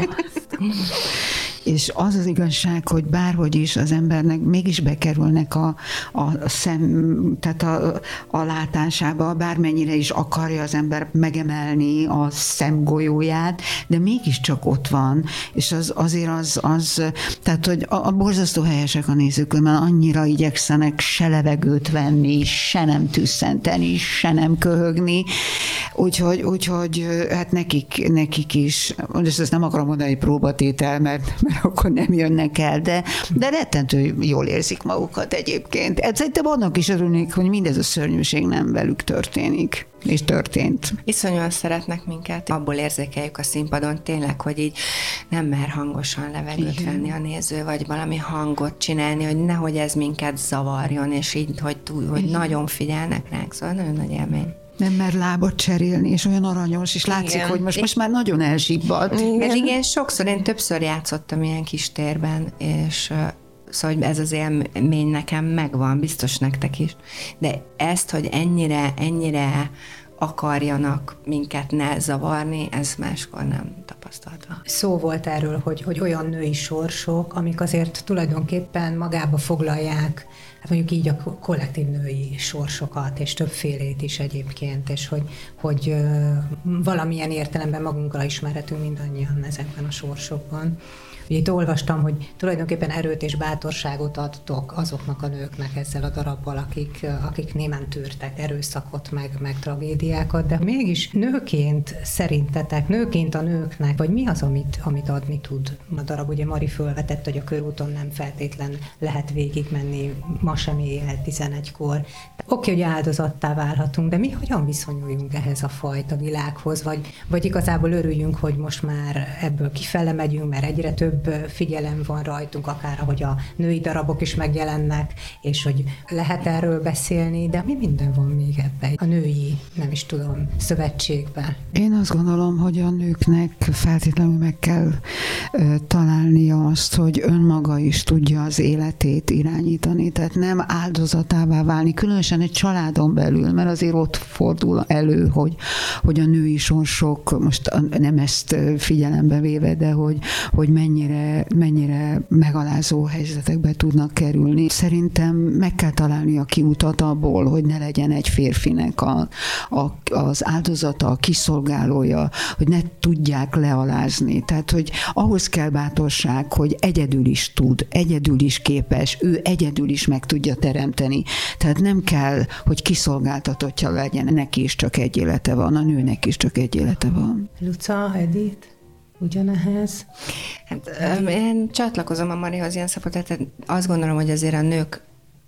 És az az igazság, hogy bárhogy is az embernek mégis bekerülnek a, a szem, tehát a, a látásába, bármennyire is akarja az ember megemelni a szemgolyóját, de mégiscsak ott van, és az, azért az, az, tehát hogy a, a borzasztó helyesek a nézők, mert annyira igyekszenek se levegőt venni, se nem tüsszenteni, se nem köhögni, úgyhogy, úgyhogy hát nekik, nekik is, és ezt nem akarom mondani, hogy próbatétel, mert, mert akkor nem jönnek el, de, de rettentő jól érzik magukat egyébként. Hát szerintem annak is örülnék, hogy mindez a szörnyűség nem velük történik. És történt. Iszonyúan szeretnek minket. Abból érzékeljük a színpadon tényleg, hogy így nem mer hangosan levegőt igen. venni a néző, vagy valami hangot csinálni, hogy nehogy ez minket zavarjon, és így, hogy, túl, hogy nagyon figyelnek ránk. Szóval nagyon nagy élmény. Nem mer lábat cserélni, és olyan aranyos, és látszik, igen. hogy most, most már nagyon elzsibbadt. Mert igen, sokszor, én többször játszottam ilyen kis térben, és szóval ez az élmény nekem megvan, biztos nektek is. De ezt, hogy ennyire, ennyire akarjanak minket ne zavarni, ez máskor nem tapasztalta. Szó volt erről, hogy, hogy olyan női sorsok, amik azért tulajdonképpen magába foglalják, hát mondjuk így a kollektív női sorsokat, és többfélét is egyébként, és hogy, hogy valamilyen értelemben magunkra ismerhetünk mindannyian ezekben a sorsokban. Ugye itt olvastam, hogy tulajdonképpen erőt és bátorságot adtok azoknak a nőknek ezzel a darabbal, akik, akik némen tűrtek erőszakot, meg, meg tragédiákat, de mégis nőként szerintetek, nőként a nőknek, vagy mi az, amit, amit adni tud a darab? Ugye Mari fölvetett, hogy a körúton nem feltétlen lehet végigmenni, ma sem éjjel tizenegykor. Oké, hogy áldozattá válhatunk, de mi hogyan viszonyuljunk ehhez a fajta világhoz, vagy, vagy igazából örüljünk, hogy most már ebből kifele megyünk, mert egyre több figyelem van rajtunk, akár ahogy a női darabok is megjelennek, és hogy lehet erről beszélni, de mi minden van még ebben a női, nem is tudom, szövetségben? Én azt gondolom, hogy a nőknek feltétlenül meg kell uh, találnia azt, hogy önmaga is tudja az életét irányítani, tehát nem áldozatává válni, különösen egy családon belül, mert azért ott fordul elő, hogy, hogy a női sorsok, most nem ezt figyelembe véve, de hogy, hogy mennyire mennyire megalázó helyzetekbe tudnak kerülni. Szerintem meg kell találni a kiutat abból, hogy ne legyen egy férfinek a, a, az áldozata, a kiszolgálója, hogy ne tudják lealázni. Tehát, hogy ahhoz kell bátorság, hogy egyedül is tud, egyedül is képes, ő egyedül is meg tudja teremteni. Tehát nem kell, hogy kiszolgáltatottja legyen, neki is csak egy élete van, a nőnek is csak egy élete van. Luca, Edith? Ugyanehhez? Hát, én csatlakozom a Marihoz ilyen szempontból, tehát azt gondolom, hogy azért a nők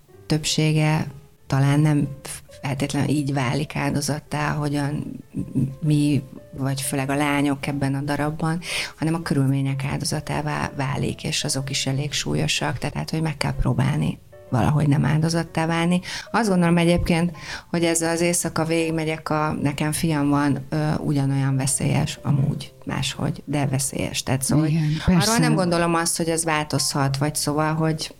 többsége talán nem feltétlenül így válik áldozattá, hogyan mi, vagy főleg a lányok ebben a darabban, hanem a körülmények áldozatává válik, és azok is elég súlyosak, tehát hogy meg kell próbálni valahogy nem áldozattá válni. Azt gondolom egyébként, hogy ez az éjszaka végigmegyek, a, nekem fiam van, ö, ugyanolyan veszélyes, amúgy máshogy, de veszélyes. Tehát szóval, igen, arról nem gondolom azt, hogy ez változhat, vagy szóval, hogy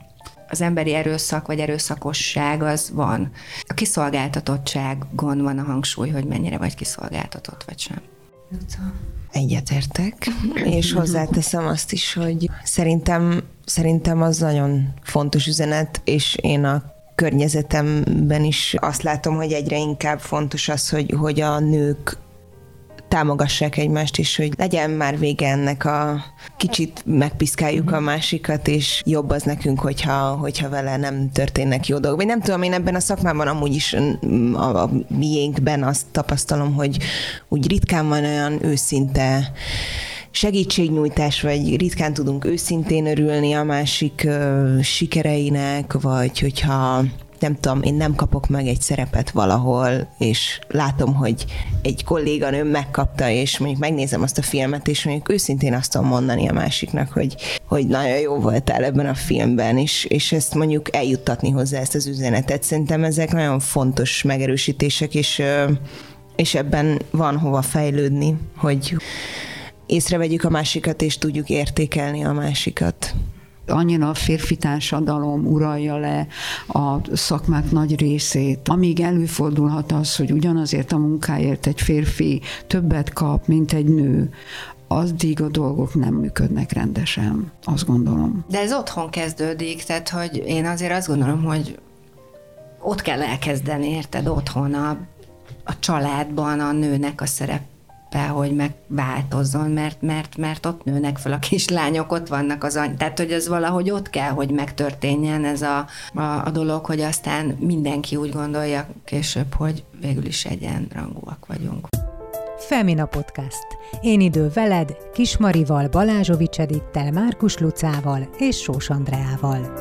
az emberi erőszak vagy erőszakosság az van. A kiszolgáltatottságon van a hangsúly, hogy mennyire vagy kiszolgáltatott, vagy sem. Egyetértek, és hozzáteszem azt is, hogy szerintem, szerintem az nagyon fontos üzenet, és én a környezetemben is azt látom, hogy egyre inkább fontos az, hogy, hogy a nők támogassák egymást, és hogy legyen már vége ennek a kicsit megpiszkáljuk a másikat, és jobb az nekünk, hogyha, hogyha vele nem történnek jó dolgok. Vagy nem tudom, én ebben a szakmában amúgy is a, a miénkben azt tapasztalom, hogy úgy ritkán van olyan őszinte segítségnyújtás, vagy ritkán tudunk őszintén örülni a másik uh, sikereinek, vagy hogyha nem tudom, én nem kapok meg egy szerepet valahol, és látom, hogy egy kolléganőm megkapta, és mondjuk megnézem azt a filmet, és mondjuk őszintén azt tudom mondani a másiknak, hogy, hogy nagyon jó voltál ebben a filmben, és, és ezt mondjuk eljuttatni hozzá ezt az üzenetet. Szerintem ezek nagyon fontos megerősítések, és, és ebben van hova fejlődni, hogy észrevegyük a másikat, és tudjuk értékelni a másikat. Annyira a férfi társadalom uralja le a szakmák nagy részét, amíg előfordulhat az, hogy ugyanazért a munkáért egy férfi többet kap, mint egy nő, addig a dolgok nem működnek rendesen, azt gondolom. De ez otthon kezdődik, tehát hogy én azért azt gondolom, hogy ott kell elkezdeni, érted, otthon a, a családban a nőnek a szerep, hogy megváltozzon, mert, mert, mert ott nőnek fel a kislányok, ott vannak az any... Tehát, hogy ez valahogy ott kell, hogy megtörténjen ez a, a, a dolog, hogy aztán mindenki úgy gondolja később, hogy végül is egyenrangúak vagyunk. Femina Podcast. Én idő veled, Kismarival, Balázsovics Edittel, Márkus Lucával és Sós Andreával.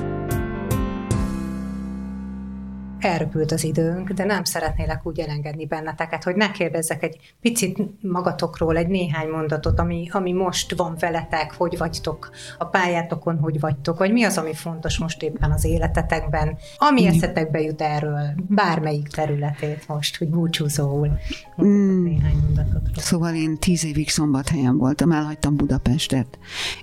Elröpült az időnk, de nem szeretnélek úgy elengedni benneteket, hogy ne kérdezzek egy picit magatokról egy néhány mondatot, ami, ami most van veletek, hogy vagytok a pályátokon, hogy vagytok, vagy mi az, ami fontos most éppen az életetekben, ami eszetekbe jut erről, bármelyik területét most, hogy búcsúzóul mondjatok néhány mondatot. Szóval én tíz évig Szombathelyen voltam, elhagytam Budapestet,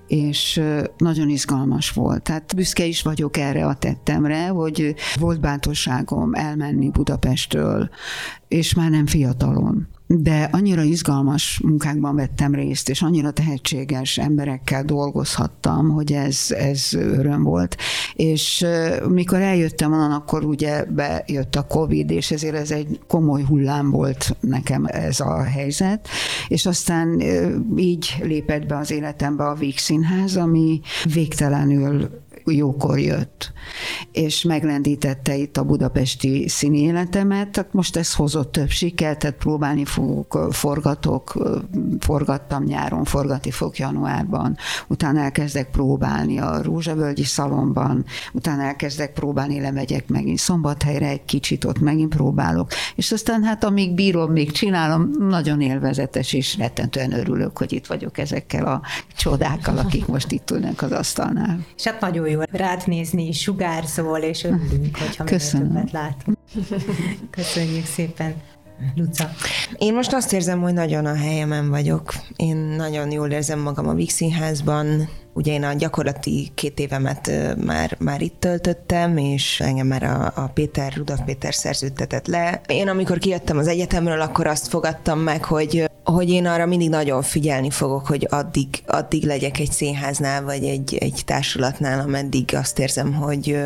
és nagyon izgalmas volt. Tehát büszke is vagyok erre a tettemre, hogy volt bátorság elmenni Budapestről, és már nem fiatalon. De annyira izgalmas munkákban vettem részt, és annyira tehetséges emberekkel dolgozhattam, hogy ez, ez öröm volt. És mikor eljöttem onnan, akkor ugye bejött a Covid, és ezért ez egy komoly hullám volt nekem ez a helyzet. És aztán így lépett be az életembe a Víg Színház, ami végtelenül jókor jött, és meglendítette itt a budapesti színi életemet, tehát most ez hozott több sikert, tehát próbálni fogok, forgatok, forgattam nyáron, forgatni fog januárban, utána elkezdek próbálni a Rózsavölgyi Szalonban, utána elkezdek próbálni, lemegyek megint Szombathelyre egy kicsit, ott megint próbálok, és aztán hát amíg bírom, még csinálom, nagyon élvezetes, és rettentően örülök, hogy itt vagyok ezekkel a csodákkal, akik most itt ülnek az asztalnál. És hát nagyon jó rád nézni, sugárzol, és örülünk, hogyha minél többet látunk. Köszönjük szépen. Luca. Én most azt érzem, hogy nagyon a helyemen vagyok. Én nagyon jól érzem magam a Víg Színházban. Ugye én a gyakorlati két évemet már, már itt töltöttem, és engem már a, a Péter, Rudolf Péter szerződtetett le. Én amikor kijöttem az egyetemről, akkor azt fogadtam meg, hogy, hogy én arra mindig nagyon figyelni fogok, hogy addig, addig legyek egy színháznál, vagy egy, egy társulatnál, ameddig azt érzem, hogy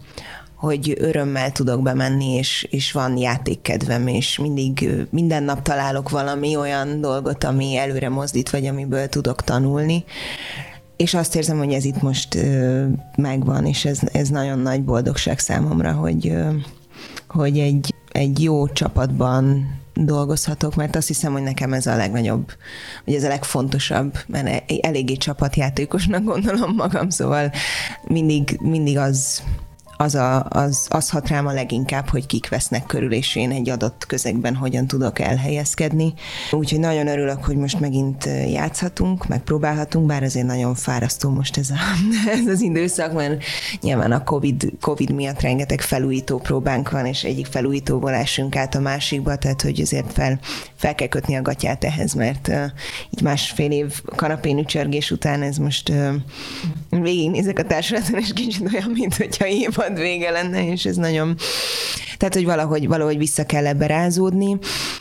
hogy örömmel tudok bemenni, és, és van játékkedvem, és mindig, minden nap találok valami olyan dolgot, ami előre mozdít, vagy amiből tudok tanulni. És azt érzem, hogy ez itt most ö, megvan, és ez, ez nagyon nagy boldogság számomra, hogy, ö, hogy egy, egy jó csapatban dolgozhatok, mert azt hiszem, hogy nekem ez a legnagyobb, vagy ez a legfontosabb, mert eléggé csapatjátékosnak gondolom magam, szóval mindig, mindig az... Az, a, az, az hat rám a leginkább, hogy kik vesznek körül, és én egy adott közegben hogyan tudok elhelyezkedni. Úgyhogy nagyon örülök, hogy most megint játszhatunk, megpróbálhatunk, bár azért nagyon fárasztó most ez, a, ez az időszak, mert nyilván a COVID, COVID miatt rengeteg felújító próbánk van, és egyik felújítóból esünk át a másikba, tehát hogy azért fel, fel kell kötni a gatyát ehhez, mert uh, így másfél év kanapén ücsörgés után ez most uh, végignézek a társulaton, és kicsit olyan, mint hogyha évad vége lenne, és ez nagyon... Tehát, hogy valahogy, valahogy vissza kell ebbe rázódni,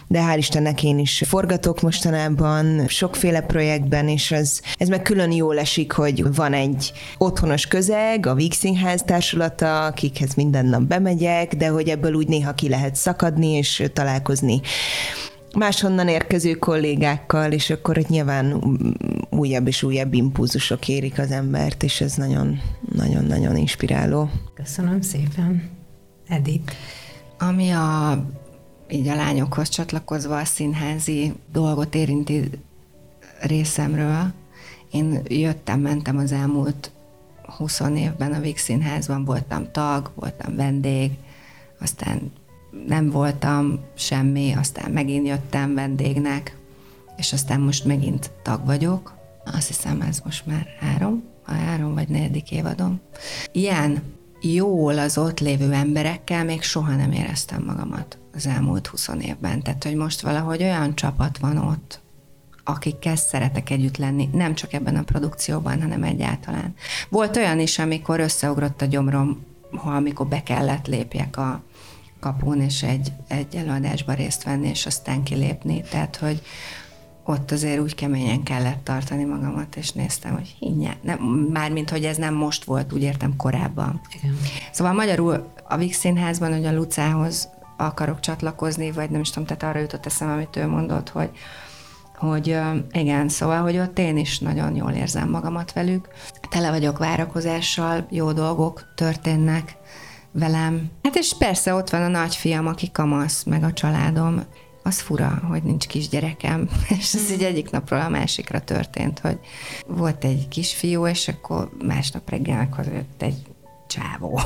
de hál' Istennek én is forgatok mostanában sokféle projektben, és ez, ez meg külön jól esik, hogy van egy otthonos közeg, a Víg Színház társulata, akikhez minden nap bemegyek, de hogy ebből úgy néha ki lehet szakadni, és találkozni máshonnan érkező kollégákkal, és akkor ott nyilván újabb és újabb impulzusok érik az embert, és ez nagyon-nagyon inspiráló. Köszönöm szépen. Edith. Ami a, így a lányokhoz csatlakozva a színházi dolgot érinti részemről, én jöttem, mentem az elmúlt húsz évben a Víg Színházban, voltam tag, voltam vendég, aztán nem voltam semmi, aztán megint jöttem vendégnek, és aztán most megint tag vagyok. Azt hiszem, ez most már három, a három vagy negyedik évadom. Ilyen jól az ott lévő emberekkel még soha nem éreztem magamat az elmúlt húsz évben. Tehát, hogy most valahogy olyan csapat van ott, akikkel szeretek együtt lenni, nem csak ebben a produkcióban, hanem egyáltalán. Volt olyan is, amikor összeugrott a gyomrom, ha amikor be kellett lépjek a kapun, és egy, egy előadásba részt venni, és aztán kilépni. Tehát, hogy ott azért úgy keményen kellett tartani magamat, és néztem, hogy hinnye, nem, mármint, hogy ez nem most volt, úgy értem korábban. Igen. Szóval magyarul a Víg Színházban, hogy a Lucához akarok csatlakozni, vagy nem is tudom, tehát arra jutott eszem, amit ő mondott, hogy, hogy igen, szóval, hogy ott én is nagyon jól érzem magamat velük. Tele vagyok várakozással, jó dolgok történnek velem. Hát és persze ott van a nagyfiam, aki kamasz, meg a családom. Az fura, hogy nincs kisgyerekem, és ez így egyik napról a másikra történt, hogy volt egy kisfiú, és akkor másnap reggel meghozott egy csávó.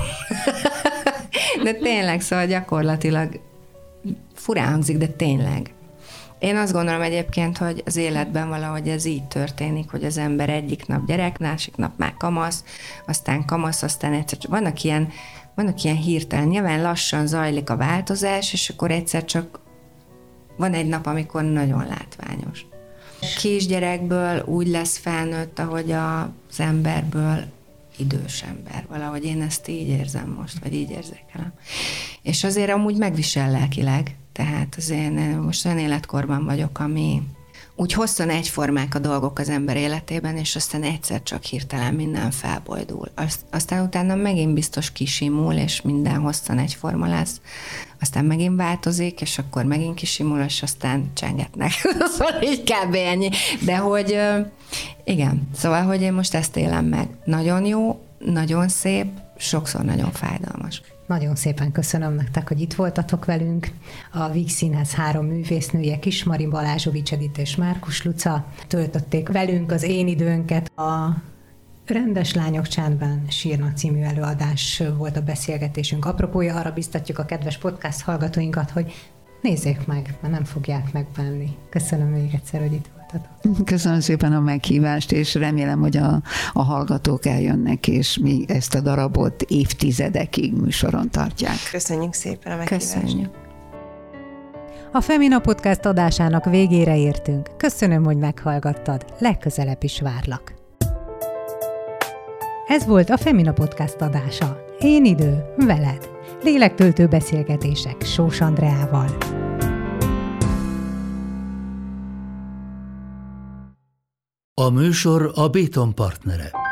De tényleg, szóval gyakorlatilag furán hangzik, de tényleg. Én azt gondolom egyébként, hogy az életben valahogy ez így történik, hogy az ember egyik nap gyerek, másik nap már kamasz, aztán kamasz, aztán egyszer csak vannak ilyen, vannak ilyen hirtelen, nyilván lassan zajlik a változás, és akkor egyszer csak van egy nap, amikor nagyon látványos. Kisgyerekből úgy lesz felnőtt, ahogy az emberből idős ember. Valahogy én ezt így érzem most, vagy így érzékelem. És azért amúgy megvisel lelkileg, tehát az én most olyan életkorban vagyok, ami úgy hosszan egyformák a dolgok az ember életében, és aztán egyszer csak hirtelen minden felbojdul. Aztán utána megint biztos kisimul, és minden hosszan egyforma lesz. Aztán megint változik, és akkor megint kisimul, és aztán csengetnek. Szóval így kb. Ennyi. De hogy igen, szóval, hogy én most ezt élem meg. Nagyon jó, nagyon szép, sokszor nagyon fájdalmas. Nagyon szépen köszönöm nektek, hogy itt voltatok velünk. A Víg Színház három művésznője, Kismari, Balázsovics Edith és Márkus Luca töltötték velünk az én időnket. A Rendes lányok csendben sírnak című előadás volt a beszélgetésünk apropója. Arra biztatjuk a kedves podcast hallgatóinkat, hogy nézzék meg, mert nem fogják megbánni. Köszönöm még egyszer, hogy itt voltatok. Köszönöm szépen a meghívást, és remélem, hogy a, a hallgatók eljönnek, és mi ezt a darabot évtizedekig műsoron tartják. Köszönjük szépen a meghívást. Köszönjük. A Femina Podcast adásának végére értünk. Köszönöm, hogy meghallgattad. Legközelebb is várlak. Ez volt a Femina Podcast adása. Én idő, veled. Lélektöltő beszélgetések Sós Andreával. A műsor a Béton partnere.